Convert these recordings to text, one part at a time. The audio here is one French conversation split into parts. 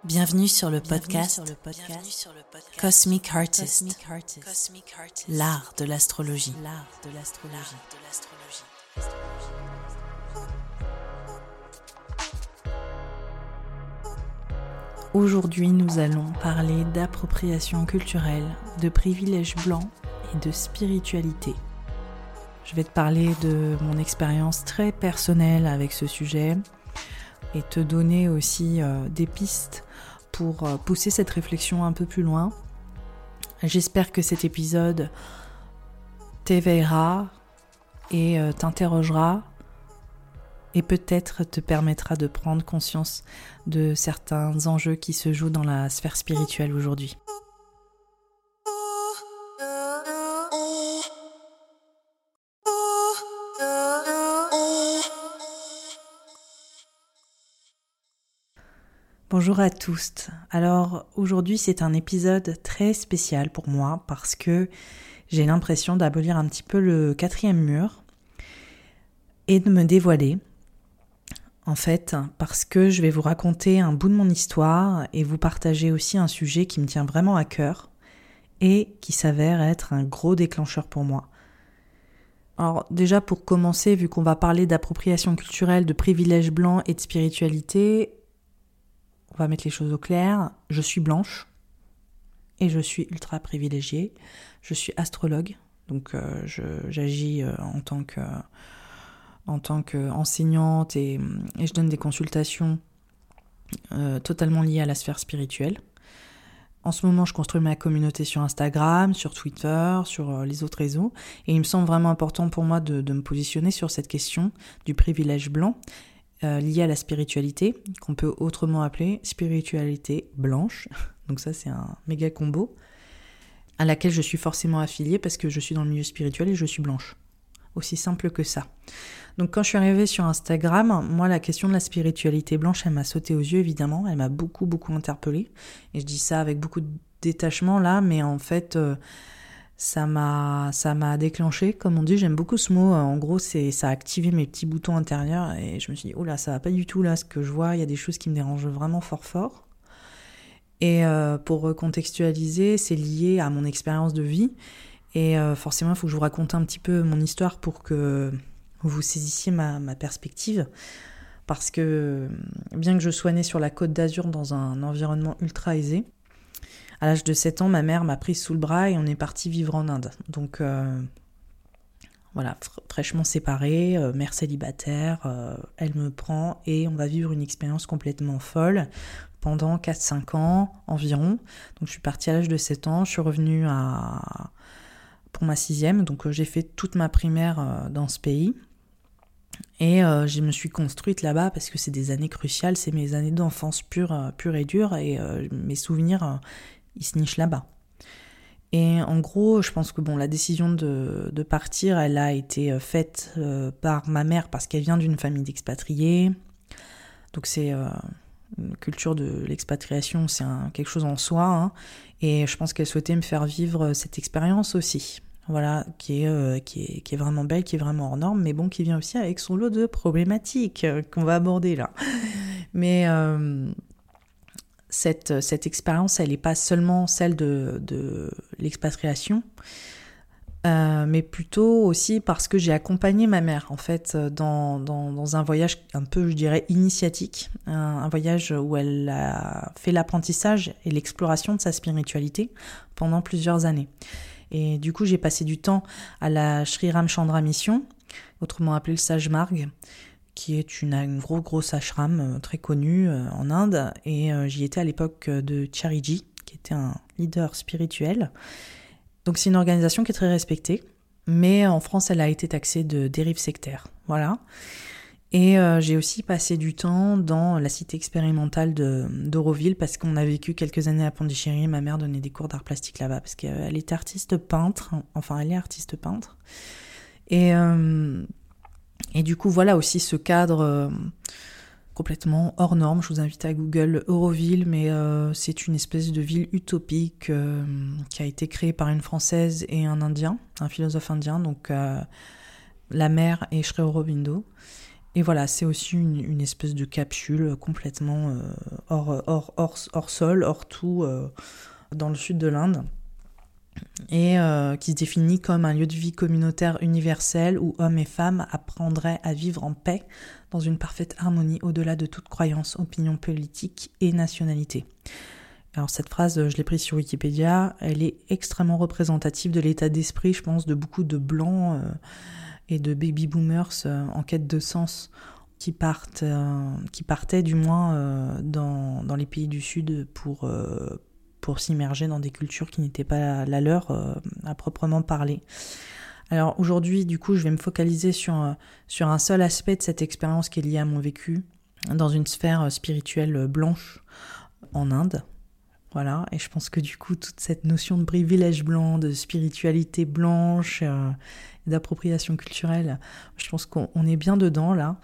Bienvenue sur le podcast Cosmic Artist, l'art de l'astrologie. Aujourd'hui, nous allons parler d'appropriation culturelle, de privilèges blancs et de spiritualité. Je vais te parler de mon expérience très personnelle avec ce sujet et te donner aussi des pistes pour pousser cette réflexion un peu plus loin. J'espère que cet épisode t'éveillera et t'interrogera et peut-être te permettra de prendre conscience de certains enjeux qui se jouent dans la sphère spirituelle aujourd'hui. Bonjour à tous. Alors aujourd'hui c'est un épisode très spécial pour moi parce que j'ai l'impression d'abolir un petit peu le 4e mur et de me dévoiler. En fait, parce que je vais vous raconter un bout de mon histoire et vous partager aussi un sujet qui me tient vraiment à cœur et qui s'avère être un gros déclencheur pour moi. Alors déjà pour commencer, vu qu'on va parler d'appropriation culturelle, de privilèges blancs et de spiritualité, on va mettre les choses au clair. Je suis blanche et je suis ultra privilégiée. Je suis astrologue, donc j'agis en tant qu'enseignante et je donne des consultations totalement liées à la sphère spirituelle. En ce moment, je construis ma communauté sur Instagram, sur Twitter, sur les autres réseaux. Et il me semble vraiment important pour moi de me positionner sur cette question du privilège blanc lié à la spiritualité, qu'on peut autrement appeler spiritualité blanche. Donc ça, c'est un méga combo à laquelle je suis forcément affiliée parce que je suis dans le milieu spirituel et je suis blanche. Aussi simple que ça. Donc quand je suis arrivée sur Instagram, moi la question de la spiritualité blanche, elle m'a sauté aux yeux évidemment, elle m'a beaucoup interpellée. Et je dis ça avec beaucoup de détachement là, mais en fait ça m'a déclenché, comme on dit, j'aime beaucoup ce mot. En gros, ça a activé mes petits boutons intérieurs et je me suis dit, oh là, ça va pas du tout là ce que je vois, il y a des choses qui me dérangent vraiment fort. Et pour recontextualiser, c'est lié à mon expérience de vie. Et forcément, il faut que je vous raconte un petit peu mon histoire pour que vous saisissiez ma perspective. Parce que bien que je sois née sur la Côte d'Azur dans un environnement ultra aisé, à l'âge de 7 ans, ma mère m'a prise sous le bras et on est parti vivre en Inde. Donc voilà, fraîchement séparée, mère célibataire, elle me prend et on va vivre une expérience complètement folle pendant 4-5 ans environ. Donc je suis partie à l'âge de 7 ans, je suis revenue pour ma 6e, donc j'ai fait toute ma primaire dans ce pays. Et je me suis construite là-bas parce que c'est des années cruciales, c'est mes années d'enfance pure et dure, et mes souvenirs, ils se nichent là-bas. Et en gros, je pense que la décision de partir, elle a été faite par ma mère parce qu'elle vient d'une famille d'expatriés. Donc c'est une culture de l'expatriation, c'est quelque chose en soi, hein. Et je pense qu'elle souhaitait me faire vivre cette expérience aussi. Voilà, qui est vraiment belle, qui est vraiment hors norme, mais bon, qui vient aussi avec son lot de problématiques qu'on va aborder là. Mais cette expérience, elle n'est pas seulement celle de l'expatriation, mais plutôt aussi parce que j'ai accompagné ma mère, en fait, dans un voyage un peu, je dirais, initiatique, un voyage où elle a fait l'apprentissage et l'exploration de sa spiritualité pendant plusieurs années. Et du coup, j'ai passé du temps à la Sri Ramchandra Mission, autrement appelée le Sage Marg, qui est une grosse ashram très connue en Inde. Et j'y étais à l'époque de Chariji, qui était un leader spirituel. Donc c'est une organisation qui est très respectée, mais en France, elle a été taxée de dérive sectaire. Voilà. Et j'ai aussi passé du temps dans la cité expérimentale d'Auroville parce qu'on a vécu quelques années à Pondichéry et ma mère donnait des cours d'art plastique là-bas parce qu'elle était artiste peintre, enfin elle est artiste peintre. Et du coup voilà aussi ce cadre complètement hors norme. Je vous invite à Google Auroville, mais c'est une espèce de ville utopique qui a été créée par une Française et un Indien, un philosophe indien, donc la mère est Sri Aurobindo. Et voilà, c'est aussi une espèce de capsule complètement hors sol, hors tout, dans le sud de l'Inde, et qui se définit comme un lieu de vie communautaire universel où hommes et femmes apprendraient à vivre en paix dans une parfaite harmonie au-delà de toute croyance, opinion politique et nationalité. Alors cette phrase, je l'ai prise sur Wikipédia, elle est extrêmement représentative de l'état d'esprit, je pense, de beaucoup de blancs et de baby-boomers en quête de sens qui partaient du moins dans les pays du Sud pour s'immerger dans des cultures qui n'étaient pas la leur à proprement parler. Alors aujourd'hui, du coup, je vais me focaliser sur un seul aspect de cette expérience qui est liée à mon vécu dans une sphère spirituelle blanche en Inde. Voilà, et je pense que du coup, toute cette notion de privilège blanc, de spiritualité blanche, d'appropriation culturelle, je pense qu'on est bien dedans là.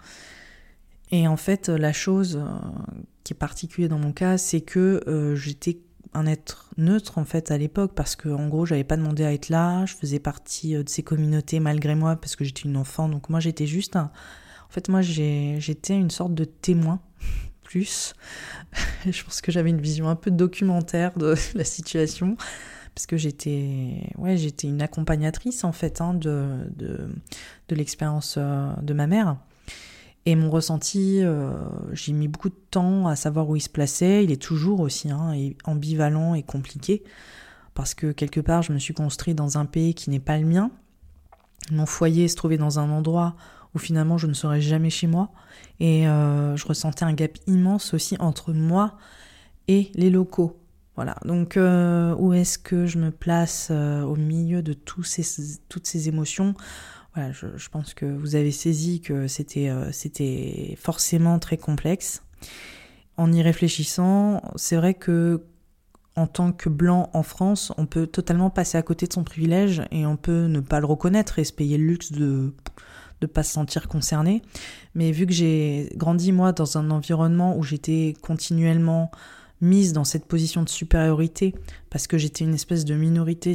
Et en fait, la chose qui est particulière dans mon cas, c'est que j'étais un être neutre en fait à l'époque, parce que en gros, j'avais pas demandé à être là, je faisais partie de ces communautés malgré moi, parce que j'étais une enfant, donc moi j'étais juste en fait, moi j'étais une sorte de témoin. Plus. Je pense que j'avais une vision un peu documentaire de la situation, parce que j'étais une accompagnatrice en fait de l'expérience de ma mère. Et mon ressenti, j'ai mis beaucoup de temps à savoir où il se plaçait. Il est toujours aussi ambivalent et compliqué, parce que quelque part, je me suis construite dans un pays qui n'est pas le mien. Mon foyer se trouvait dans un endroit où finalement je ne serais jamais chez moi, et je ressentais un gap immense aussi entre moi et les locaux. Voilà, donc où est-ce que je me place au milieu de toutes ces émotions ? Voilà, je pense que vous avez saisi que c'était forcément très complexe. En y réfléchissant, c'est vrai que en tant que blanc en France, on peut totalement passer à côté de son privilège, et on peut ne pas le reconnaître et se payer le luxe de pas se sentir concerné. Mais vu que j'ai grandi moi dans un environnement où j'étais continuellement mise dans cette position de supériorité, parce que j'étais une espèce de minorité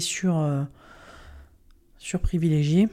surprivilégiée,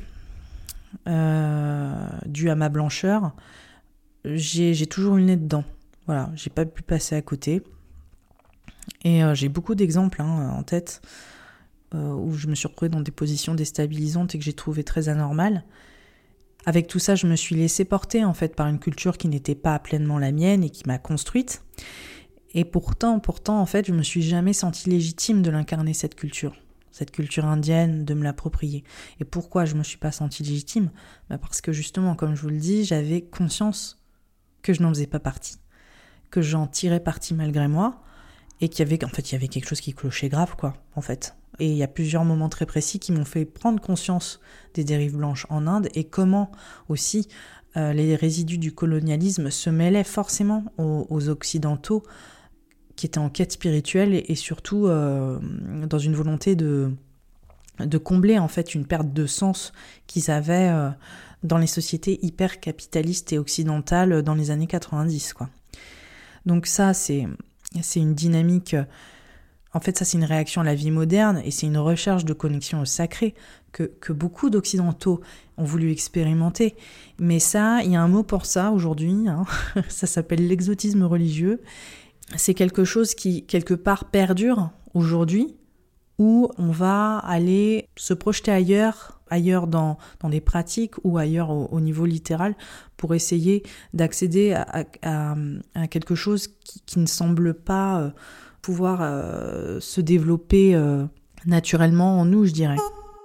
due à ma blancheur, j'ai toujours eu le nez dedans. Voilà, j'ai pas pu passer à côté. Et j'ai beaucoup d'exemples en tête où je me suis retrouvée dans des positions déstabilisantes et que j'ai trouvé très anormales. Avec tout ça, je me suis laissée porter en fait par une culture qui n'était pas pleinement la mienne et qui m'a construite. Et pourtant, en fait, je me suis jamais sentie légitime de l'incarner, cette culture indienne, de me l'approprier. Et pourquoi je me suis pas sentie légitime ? Parce que justement, comme je vous le dis, j'avais conscience que je n'en faisais pas partie, que j'en tirais parti malgré moi, et qu'il y avait quelque chose qui clochait grave, quoi, en fait. Et il y a plusieurs moments très précis qui m'ont fait prendre conscience des dérives blanches en Inde, et comment aussi les résidus du colonialisme se mêlaient forcément aux Occidentaux qui étaient en quête spirituelle, et surtout dans une volonté de combler en fait une perte de sens qu'ils avaient dans les sociétés hyper capitalistes et occidentales dans les années 90, quoi. Donc ça, c'est une dynamique. En fait, ça, c'est une réaction à la vie moderne, et c'est une recherche de connexion au sacré que beaucoup d'Occidentaux ont voulu expérimenter. Mais ça, il y a un mot pour ça aujourd'hui, ça s'appelle l'exotisme religieux. C'est quelque chose qui, quelque part, perdure aujourd'hui, où on va aller se projeter ailleurs dans des pratiques, ou ailleurs au niveau littéral, pour essayer d'accéder à quelque chose qui ne semble pas pouvoir se développer naturellement en nous, je dirais.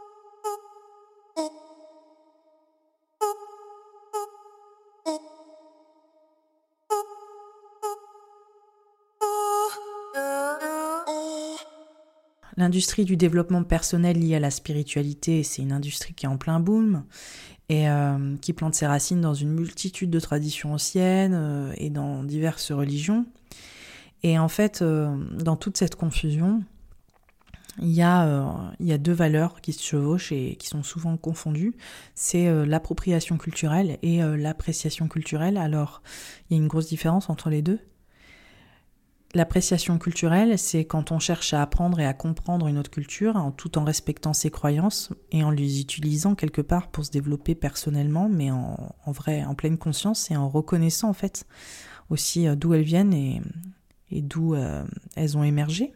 L'industrie du développement personnel lié à la spiritualité, c'est une industrie qui est en plein boom, et qui plante ses racines dans une multitude de traditions anciennes et dans diverses religions. Et en fait, dans toute cette confusion, il y a deux valeurs qui se chevauchent et qui sont souvent confondues. C'est l'appropriation culturelle et l'appréciation culturelle. Alors, il y a une grosse différence entre les deux. L'appréciation culturelle, c'est quand on cherche à apprendre et à comprendre une autre culture, tout en respectant ses croyances et en les utilisant quelque part pour se développer personnellement, mais en vrai, en pleine conscience et en reconnaissant en fait aussi d'où elles viennent et d'où elles ont émergé.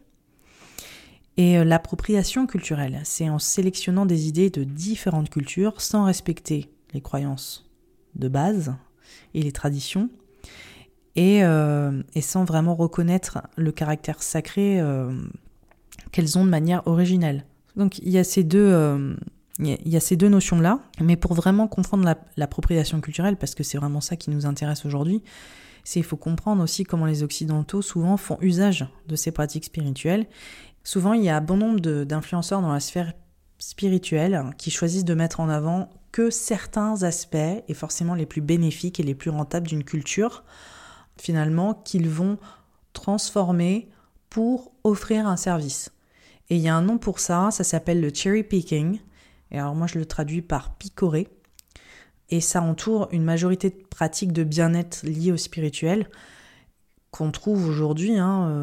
Et l'appropriation culturelle, c'est en sélectionnant des idées de différentes cultures sans respecter les croyances de base et les traditions, et sans vraiment reconnaître le caractère sacré qu'elles ont de manière originelle. Donc il y a ces deux notions-là, mais pour vraiment comprendre l'appropriation culturelle, parce que c'est vraiment ça qui nous intéresse aujourd'hui, il faut comprendre aussi comment les Occidentaux souvent font usage de ces pratiques spirituelles. Souvent, il y a bon nombre d'influenceurs dans la sphère spirituelle qui choisissent de mettre en avant que certains aspects, et forcément les plus bénéfiques et les plus rentables d'une culture, finalement, qu'ils vont transformer pour offrir un service. Et il y a un nom pour ça s'appelle le cherry picking. Et alors moi, je le traduis par picorer. Et ça entoure une majorité de pratiques de bien-être liées au spirituel qu'on trouve aujourd'hui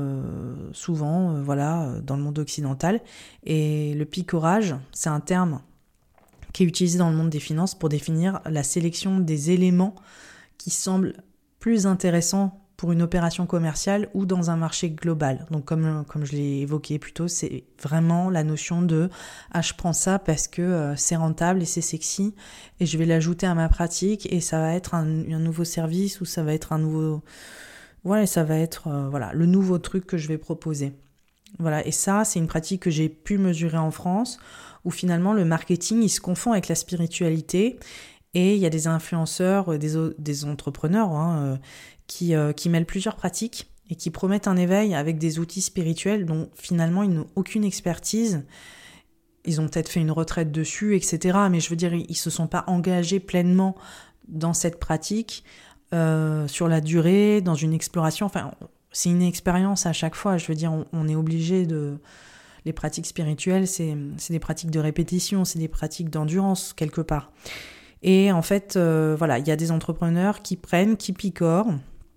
souvent dans le monde occidental. Et le picorage, c'est un terme qui est utilisé dans le monde des finances pour définir la sélection des éléments qui semblent plus intéressants pour une opération commerciale ou dans un marché global. Donc comme je l'ai évoqué plus tôt, c'est vraiment la notion de « je prends ça parce que c'est rentable et c'est sexy et je vais l'ajouter à ma pratique et ça va être un nouveau service ou ça va être un nouveau... » Voilà, ça va être le nouveau truc que je vais proposer. Voilà, et ça, c'est une pratique que j'ai pu mesurer en France où finalement le marketing, il se confond avec la spiritualité. Et il y a des influenceurs, des entrepreneurs qui mêlent plusieurs pratiques et qui promettent un éveil avec des outils spirituels dont finalement ils n'ont aucune expertise. Ils ont peut-être fait une retraite dessus, etc. Mais je veux dire, ils ne se sont pas engagés pleinement dans cette pratique sur la durée, dans une exploration. Enfin, c'est une expérience à chaque fois. Je veux dire, on est obligé de... Les pratiques spirituelles, c'est des pratiques de répétition, c'est des pratiques d'endurance quelque part. Et en fait, il y a des entrepreneurs qui picorent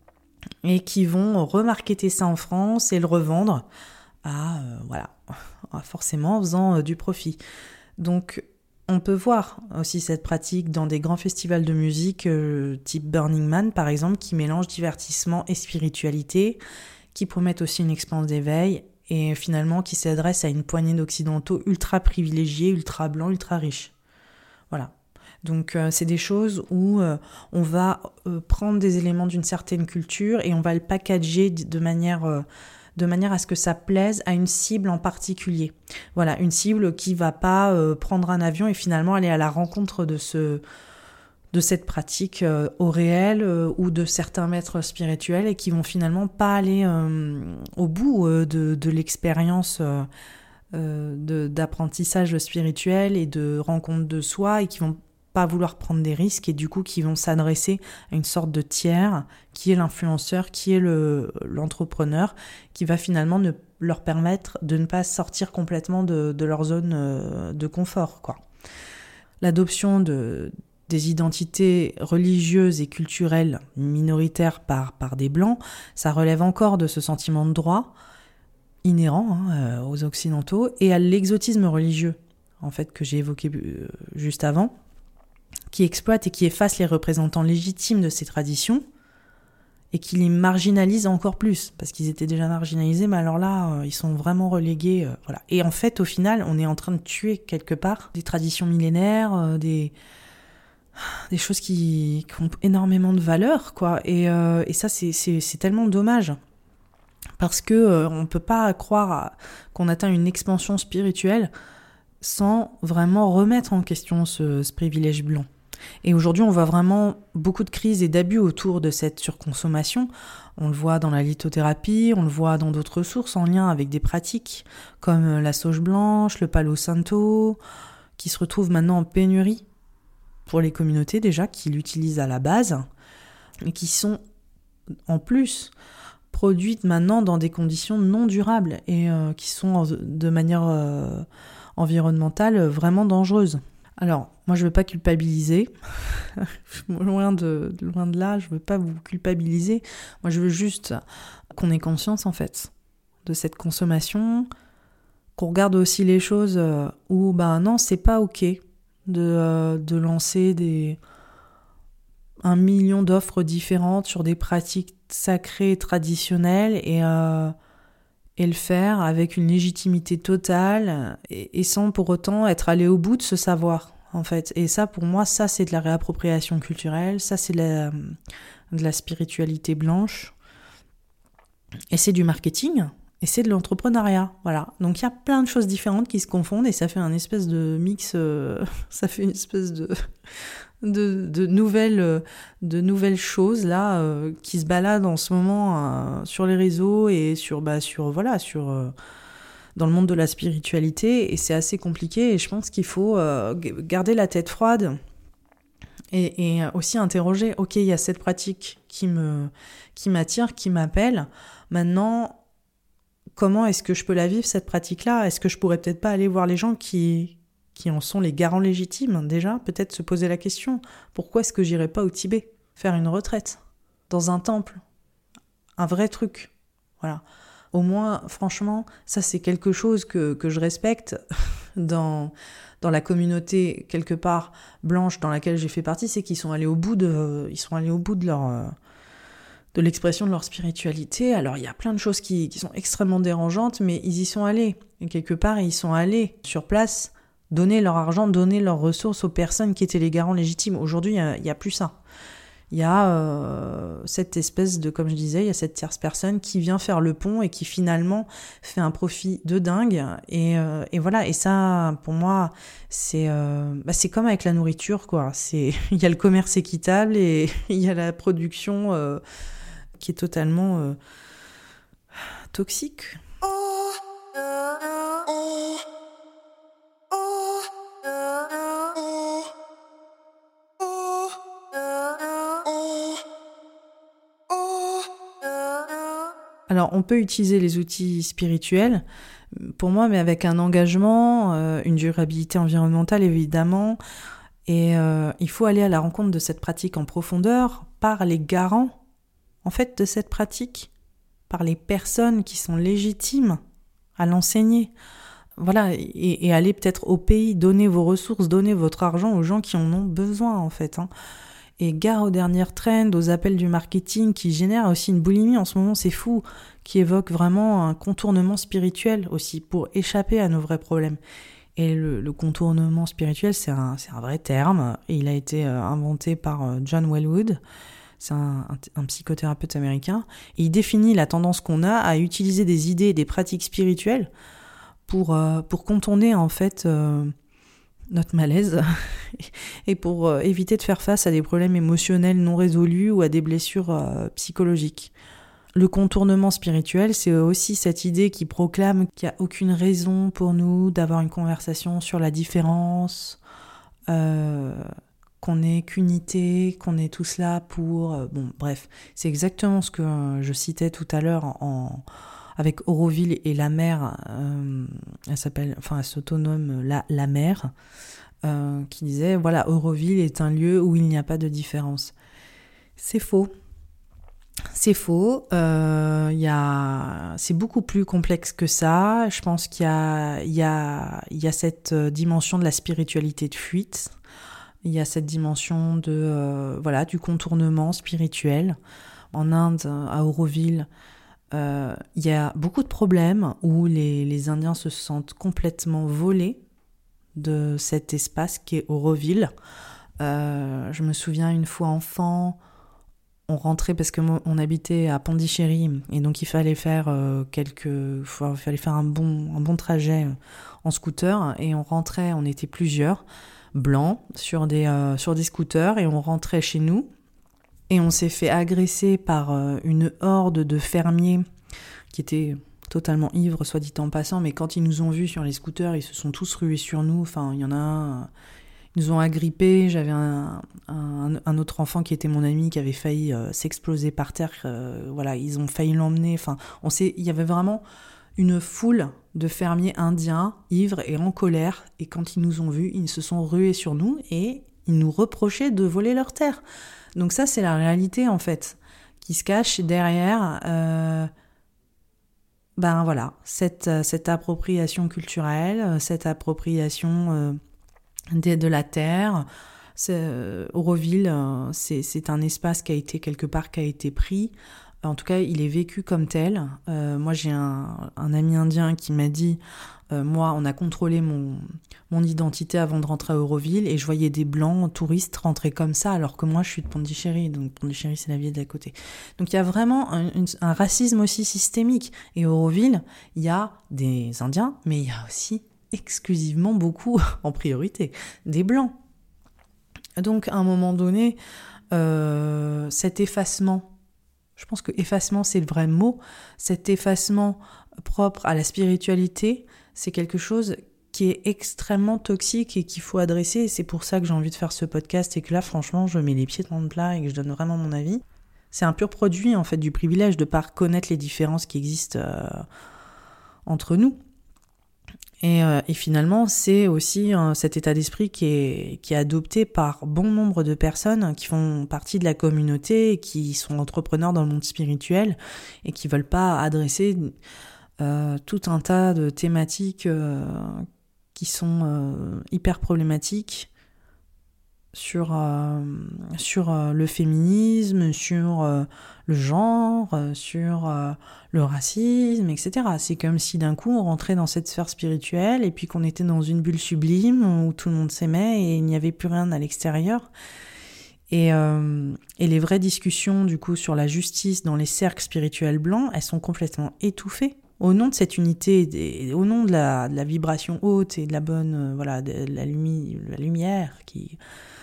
et qui vont remarketer ça en France et le revendre forcément en faisant du profit. Donc, on peut voir aussi cette pratique dans des grands festivals de musique type Burning Man, par exemple, qui mélangent divertissement et spiritualité, qui promettent aussi une expérience d'éveil et finalement qui s'adressent à une poignée d'occidentaux ultra privilégiés, ultra blancs, ultra riches. Voilà. Donc c'est des choses où on va prendre des éléments d'une certaine culture et on va le packager de manière à ce que ça plaise à une cible en particulier. Voilà, une cible qui va pas prendre un avion et finalement aller à la rencontre de cette pratique au réel ou de certains maîtres spirituels et qui vont finalement pas aller au bout de l'expérience d'apprentissage spirituel et de rencontre de soi et qui vont pas vouloir prendre des risques et du coup qui vont s'adresser à une sorte de tiers qui est l'influenceur, qui est l'entrepreneur, qui va finalement leur permettre de ne pas sortir complètement de leur zone de confort, quoi. L'adoption des identités religieuses et culturelles minoritaires par des blancs, ça relève encore de ce sentiment de droit inhérent aux occidentaux et à l'exotisme religieux, en fait, que j'ai évoqué juste avant, qui exploite et qui efface les représentants légitimes de ces traditions et qui les marginalise encore plus, parce qu'ils étaient déjà marginalisés, mais alors là, ils sont vraiment relégués. Voilà. Et en fait, au final, on est en train de tuer quelque part des traditions millénaires, des choses qui ont énormément de valeur, quoi. Et ça, c'est tellement dommage, parce que on peut pas croire qu'on atteint une expansion spirituelle sans vraiment remettre en question ce privilège blanc. Et aujourd'hui, on voit vraiment beaucoup de crises et d'abus autour de cette surconsommation. On le voit dans la lithothérapie, on le voit dans d'autres sources en lien avec des pratiques comme la sauge blanche, le palo santo, qui se retrouvent maintenant en pénurie pour les communautés déjà qui l'utilisent à la base et qui sont en plus produites maintenant dans des conditions non durables et qui sont de manière environnementale vraiment dangereuses. Alors, moi je veux pas culpabiliser, loin de là, je veux pas vous culpabiliser, moi je veux juste qu'on ait conscience en fait de cette consommation, qu'on regarde aussi les choses où non, c'est pas ok de lancer 1 million d'offres différentes sur des pratiques sacrées et traditionnelles et le faire avec une légitimité totale et sans pour autant être allé au bout de ce savoir, en fait. Et ça, pour moi, ça, c'est de la réappropriation culturelle, ça, c'est de la spiritualité blanche, et c'est du marketing, et c'est de l'entrepreneuriat, voilà. Donc, il y a plein de choses différentes qui se confondent, et ça fait un espèce de mix, ça fait une espèce de nouvelles choses là qui se baladent en ce moment sur les réseaux et dans le monde de la spiritualité, et c'est assez compliqué, et je pense qu'il faut garder la tête froide et aussi interroger, ok, il y a cette pratique qui m'attire, qui m'appelle, maintenant comment est-ce que je peux la vivre cette pratique-là? Est-ce que je pourrais peut-être pas aller voir les gens qui en sont les garants légitimes, déjà, peut-être se poser la question, pourquoi est-ce que j'irais pas au Tibet faire une retraite dans un temple, un vrai truc, voilà. Au moins, franchement, ça c'est quelque chose que je respecte dans la communauté quelque part blanche dans laquelle j'ai fait partie, c'est qu'ils sont allés au bout de l'expression de leur spiritualité. Alors il y a plein de choses qui sont extrêmement dérangeantes, mais ils y sont allés. Et quelque part, ils sont allés sur place donner leur argent, donner leurs ressources aux personnes qui étaient les garants légitimes. Aujourd'hui, il n'y a plus ça. Il y a cette espèce de, comme je disais, il y a cette tierce personne qui vient faire le pont et qui finalement fait un profit de dingue. Et voilà, et ça, pour moi, c'est comme avec la nourriture, quoi. Il y a le commerce équitable et il y a la production qui est totalement toxique. Alors, on peut utiliser les outils spirituels, pour moi, mais avec un engagement, une durabilité environnementale, évidemment. Et il faut aller à la rencontre de cette pratique en profondeur par les garants, en fait, de cette pratique, par les personnes qui sont légitimes à l'enseigner. Voilà, et aller peut-être au pays, donner vos ressources, donner votre argent aux gens qui en ont besoin, en fait, hein. Et gare aux dernières trends, aux appels du marketing qui génèrent aussi une boulimie en ce moment, c'est fou, qui évoque vraiment un contournement spirituel aussi pour échapper à nos vrais problèmes. Et le contournement spirituel, c'est un vrai terme, et il a été inventé par John Welwood, c'est un psychothérapeute américain, et il définit la tendance qu'on a à utiliser des idées et des pratiques spirituelles pour contourner en fait notre malaise et pour éviter de faire face à des problèmes émotionnels non résolus ou à des blessures psychologiques. Le contournement spirituel, c'est aussi cette idée qui proclame qu'il n'y a aucune raison pour nous d'avoir une conversation sur la différence, qu'on n'est qu'unité, qu'on est tous là pour... bon, bref, c'est exactement ce que je citais tout à l'heure avec Auroville et la mère, elle s'autonome la mère, qui disait, voilà, Auroville est un lieu où il n'y a pas de différence. C'est faux. C'est faux. C'est beaucoup plus complexe que ça. Je pense qu'il y a cette dimension de la spiritualité de fuite. Il y a cette dimension du contournement spirituel. En Inde, à Auroville, il y a beaucoup de problèmes où les Indiens se sentent complètement volés de cet espace qui est Auroville. Je me souviens une fois enfant, on rentrait parce que on habitait à Pondichéry et donc il fallait faire un bon trajet en scooter, et on rentrait, on était plusieurs blancs sur des scooters, et on rentrait chez nous. Et on s'est fait agresser par une horde de fermiers qui étaient totalement ivres, soit dit en passant, mais quand ils nous ont vus sur les scooters, ils se sont tous rués sur nous. Enfin, il y en a un, ils nous ont agrippés. J'avais un autre enfant qui était mon ami qui avait failli s'exploser par terre. Voilà, ils ont failli l'emmener. Enfin, il y avait vraiment une foule de fermiers indiens, ivres et en colère, et quand ils nous ont vus, ils se sont rués sur nous et ils nous reprochaient de voler leurs terres. Donc ça, c'est la réalité en fait, qui se cache derrière cette appropriation culturelle, cette appropriation de la terre. Auroville, c'est un espace qui a été pris. En tout cas, il est vécu comme tel. Moi, j'ai un ami indien qui m'a dit, moi, on a contrôlé mon identité avant de rentrer à Auroville et je voyais des blancs touristes rentrer comme ça, alors que moi, je suis de Pondichéry. Donc, Pondichéry, c'est la ville d'à côté. Donc, il y a vraiment un racisme aussi systémique. Et Auroville, il y a des Indiens, mais il y a aussi exclusivement beaucoup, en priorité, des blancs. Donc, à un moment donné, cet effacement, je pense que effacement, c'est le vrai mot, cet effacement propre à la spiritualité, c'est quelque chose qui est extrêmement toxique et qu'il faut adresser. Et c'est pour ça que j'ai envie de faire ce podcast et que là, franchement, je mets les pieds dans le plat et que je donne vraiment mon avis. C'est un pur produit, en fait, du privilège de ne pas reconnaître les différences qui existent entre nous. Et finalement, c'est aussi cet état d'esprit qui est adopté par bon nombre de personnes qui font partie de la communauté et qui sont entrepreneurs dans le monde spirituel et qui veulent pas adresser tout un tas de thématiques qui sont hyper problématiques sur le féminisme, sur le genre, sur le racisme, etc. C'est comme si d'un coup on rentrait dans cette sphère spirituelle et puis qu'on était dans une bulle sublime où tout le monde s'aimait et il n'y avait plus rien à l'extérieur. Et les vraies discussions du coup sur la justice dans les cercles spirituels blancs, elles sont complètement étouffées. Au nom de cette unité, au nom de la vibration haute et de la bonne, de la lumière qui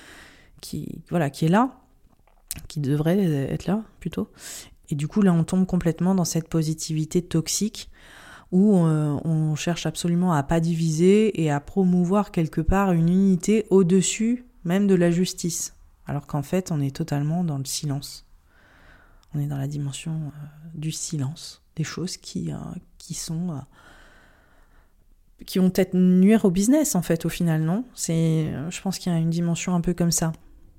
est là, qui devrait être là plutôt. Et du coup, là, on tombe complètement dans cette positivité toxique où on cherche absolument à pas diviser et à promouvoir quelque part une unité au-dessus même de la justice. Alors qu'en fait, on est totalement dans le silence. On est dans la dimension du silence, des choses qui vont peut-être nuire au business, en fait, au final, non ? Je pense qu'il y a une dimension un peu comme ça.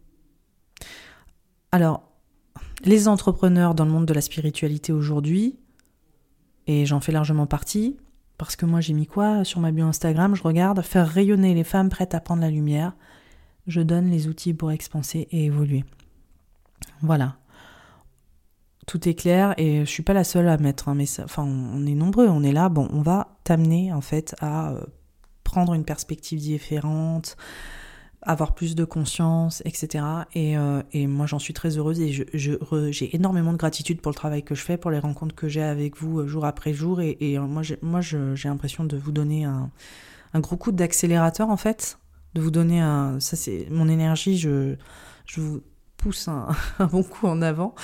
Alors, les entrepreneurs dans le monde de la spiritualité aujourd'hui, et j'en fais largement partie, parce que moi j'ai mis quoi sur ma bio Instagram ? Je regarde, faire rayonner les femmes prêtes à prendre la lumière. Je donne les outils pour expanser et évoluer. Voilà. Tout est clair et je suis pas la seule à mettre un message. Enfin, on est nombreux, on est là. Bon, on va t'amener en fait à prendre une perspective différente, avoir plus de conscience, etc. Et moi, j'en suis très heureuse et j'ai énormément de gratitude pour le travail que je fais, pour les rencontres que j'ai avec vous jour après jour. Et moi, j'ai l'impression de vous donner un gros coup d'accélérateur, en fait. De vous donner ça, c'est mon énergie, je vous pousse un bon coup en avant.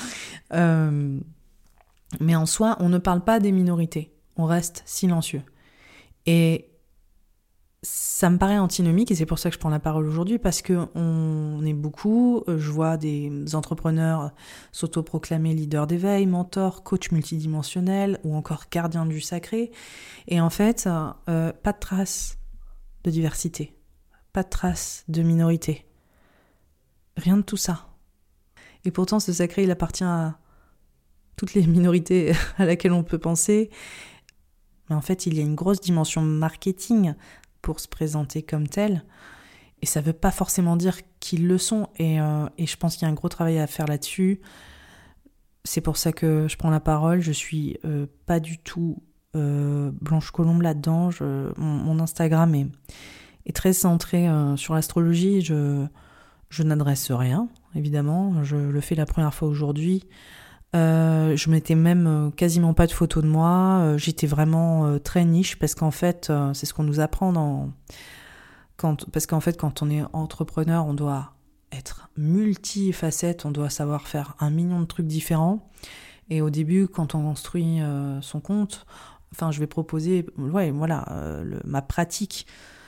Mais en soi, on ne parle pas des minorités. On reste silencieux. Et ça me paraît antinomique et c'est pour ça que je prends la parole aujourd'hui parce qu'on est beaucoup, je vois des entrepreneurs s'autoproclamer leaders d'éveil, mentors, coachs multidimensionnels ou encore gardiens du sacré et en fait, pas de traces de diversité, pas de traces de minorité, rien de tout ça. Et pourtant ce sacré il appartient à toutes les minorités à laquelle on peut penser, mais en fait il y a une grosse dimension marketing pour se présenter comme tel, et ça veut pas forcément dire qu'ils le sont, et je pense qu'il y a un gros travail à faire là-dessus. C'est pour ça que je prends la parole, je suis pas du tout Blanche Colombe là-dedans, mon Instagram est très centré sur l'astrologie, je n'adresse rien, évidemment, je le fais la première fois aujourd'hui. Je mettais même quasiment pas de photos de moi, j'étais vraiment très niche parce qu'en fait c'est ce qu'on nous apprend parce qu'en fait quand on est entrepreneur on doit être multifacette, on doit savoir faire 1 million de trucs différents et au début quand on construit son compte, enfin je vais proposer ma pratique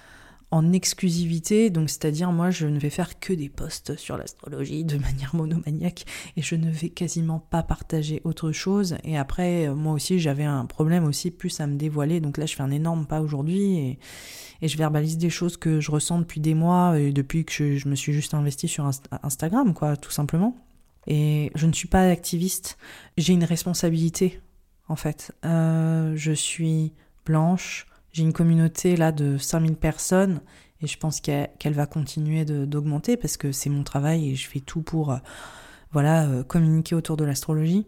en exclusivité, donc c'est-à-dire moi je ne vais faire que des posts sur l'astrologie de manière monomaniaque et je ne vais quasiment pas partager autre chose. Et après moi aussi j'avais un problème aussi plus à me dévoiler, donc là je fais un énorme pas aujourd'hui et je verbalise des choses que je ressens depuis des mois et depuis que je me suis juste investie sur Instagram, quoi, tout simplement. Et je ne suis pas activiste, j'ai une responsabilité en fait. Je suis blanche, j'ai une communauté là de 5000 personnes et je pense qu'elle va continuer d'augmenter parce que c'est mon travail et je fais tout pour communiquer autour de l'astrologie.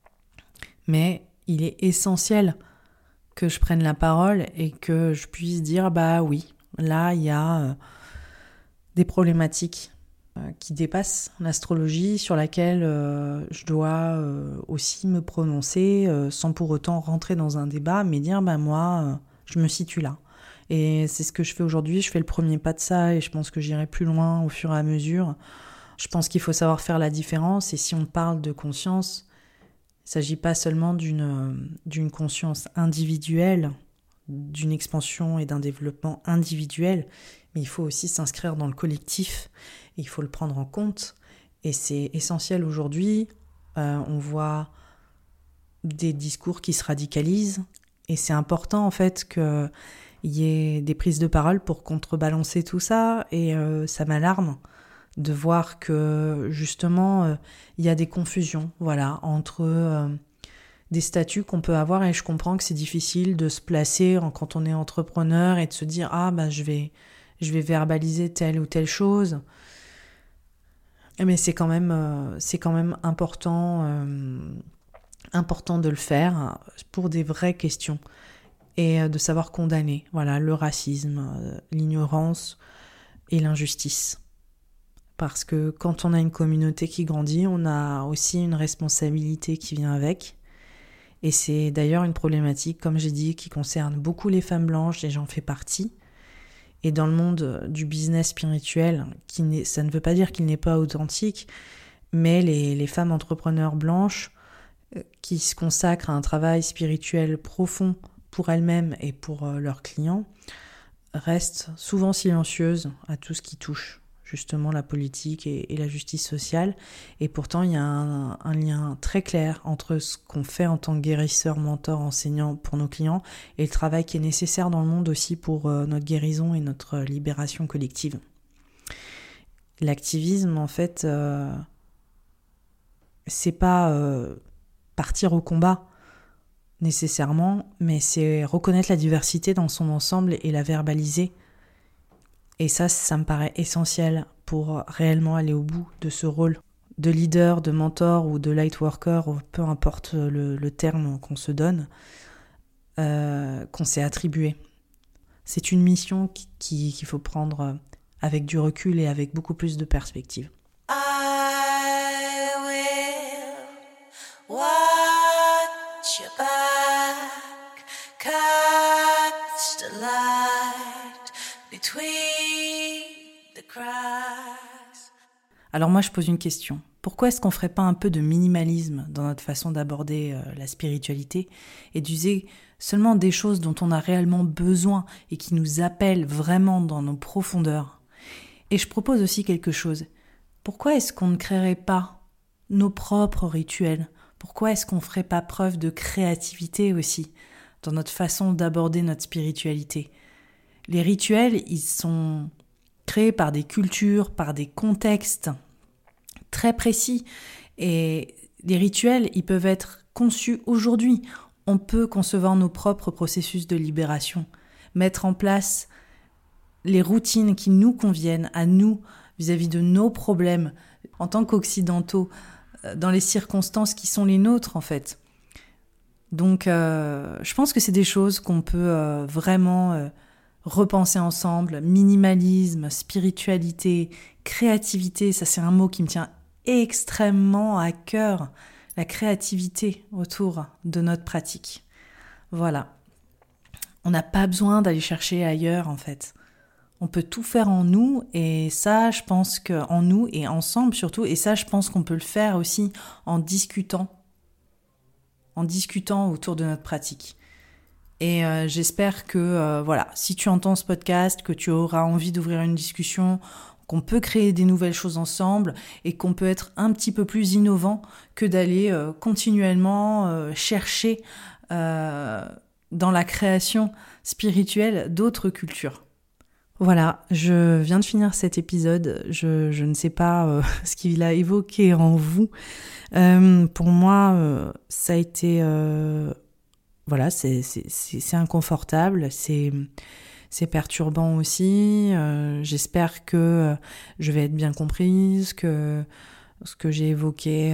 Mais il est essentiel que je prenne la parole et que je puisse dire bah oui, là il y a des problématiques qui dépassent l'astrologie, sur laquelle je dois aussi me prononcer sans pour autant rentrer dans un débat, mais dire bah moi je me situe là. Et c'est ce que je fais aujourd'hui, je fais le premier pas de ça et je pense que j'irai plus loin au fur et à mesure. Je pense qu'il faut savoir faire la différence et si on parle de conscience, il ne s'agit pas seulement d'une conscience individuelle, d'une expansion et d'un développement individuel, mais il faut aussi s'inscrire dans le collectif et il faut le prendre en compte. Et c'est essentiel aujourd'hui, on voit des discours qui se radicalisent et c'est important en fait qu'il y ait des prises de parole pour contrebalancer tout ça et ça m'alarme de voir que justement il y a des confusions entre des statuts qu'on peut avoir et je comprends que c'est difficile de se placer quand on est entrepreneur et de se dire ah bah je vais verbaliser telle ou telle chose. Mais c'est quand même important de le faire pour des vraies questions et de savoir condamner le racisme, l'ignorance et l'injustice. Parce que quand on a une communauté qui grandit, on a aussi une responsabilité qui vient avec. Et c'est d'ailleurs une problématique, comme j'ai dit, qui concerne beaucoup les femmes blanches et j'en fais partie. Et dans le monde du business spirituel, ça ne veut pas dire qu'il n'est pas authentique, mais les femmes entrepreneurs blanches qui se consacrent à un travail spirituel profond pour elles-mêmes et pour leurs clients restent souvent silencieuses à tout ce qui touche justement la politique et la justice sociale. Et pourtant, il y a un lien très clair entre ce qu'on fait en tant que guérisseur, mentor, enseignant pour nos clients et le travail qui est nécessaire dans le monde aussi pour notre guérison et notre libération collective. L'activisme, en fait, c'est pas partir au combat nécessairement, mais c'est reconnaître la diversité dans son ensemble et la verbaliser. Et ça me paraît essentiel pour réellement aller au bout de ce rôle de leader, de mentor ou de light worker, ou peu importe le terme qu'on se donne, qu'on s'est attribué. C'est une mission qu'il faut prendre avec du recul et avec beaucoup plus de perspective. I will watch your back, catch the light between the cracks. Alors moi je pose une question. Pourquoi est-ce qu'on ferait pas un peu de minimalisme dans notre façon d'aborder la spiritualité et d'user seulement des choses dont on a réellement besoin et qui nous appellent vraiment dans nos profondeurs? Et je propose aussi quelque chose. Pourquoi est-ce qu'on ne créerait pas nos propres rituels? Pourquoi est-ce qu'on ne ferait pas preuve de créativité aussi dans notre façon d'aborder notre spiritualité? Les rituels, ils sont créés par des cultures, par des contextes très précis. Et les rituels, ils peuvent être conçus aujourd'hui. On peut concevoir nos propres processus de libération, mettre en place les routines qui nous conviennent à nous vis-à-vis de nos problèmes en tant qu'occidentaux, dans les circonstances qui sont les nôtres en fait. Donc je pense que c'est des choses qu'on peut vraiment repenser ensemble. Minimalisme, spiritualité, créativité, ça c'est un mot qui me tient extrêmement à cœur, la créativité autour de notre pratique. Voilà. On n'a pas besoin d'aller chercher ailleurs en fait. On peut tout faire en nous et ça, je pense qu'en nous et ensemble surtout, et ça, je pense qu'on peut le faire aussi en discutant autour de notre pratique. Et j'espère que voilà, si tu entends ce podcast, que tu auras envie d'ouvrir une discussion, qu'on peut créer des nouvelles choses ensemble et qu'on peut être un petit peu plus innovant que d'aller continuellement chercher dans la création spirituelle d'autres cultures. Voilà, je viens de finir cet épisode. Je ne sais pas ce qu'il a évoqué en vous. Pour moi, ça a été... voilà, c'est inconfortable, c'est perturbant aussi. J'espère que je vais être bien comprise, que ce que j'ai évoqué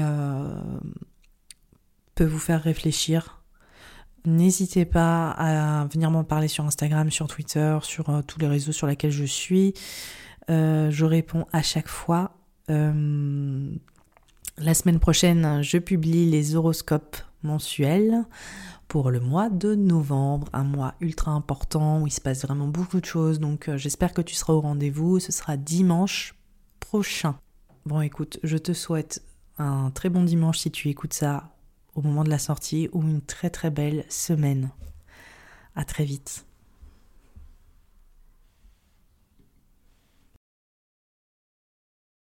peut vous faire réfléchir. N'hésitez pas à venir m'en parler sur Instagram, sur Twitter, sur tous les réseaux sur lesquels je suis. Je réponds à chaque fois. La semaine prochaine, je publie les horoscopes mensuels pour le mois de novembre, un mois ultra important où il se passe vraiment beaucoup de choses. Donc j'espère que tu seras au rendez-vous. Ce sera dimanche prochain. Bon, écoute, je te souhaite un très bon dimanche si tu écoutes ça au moment de la sortie ou une très très belle semaine. À très vite.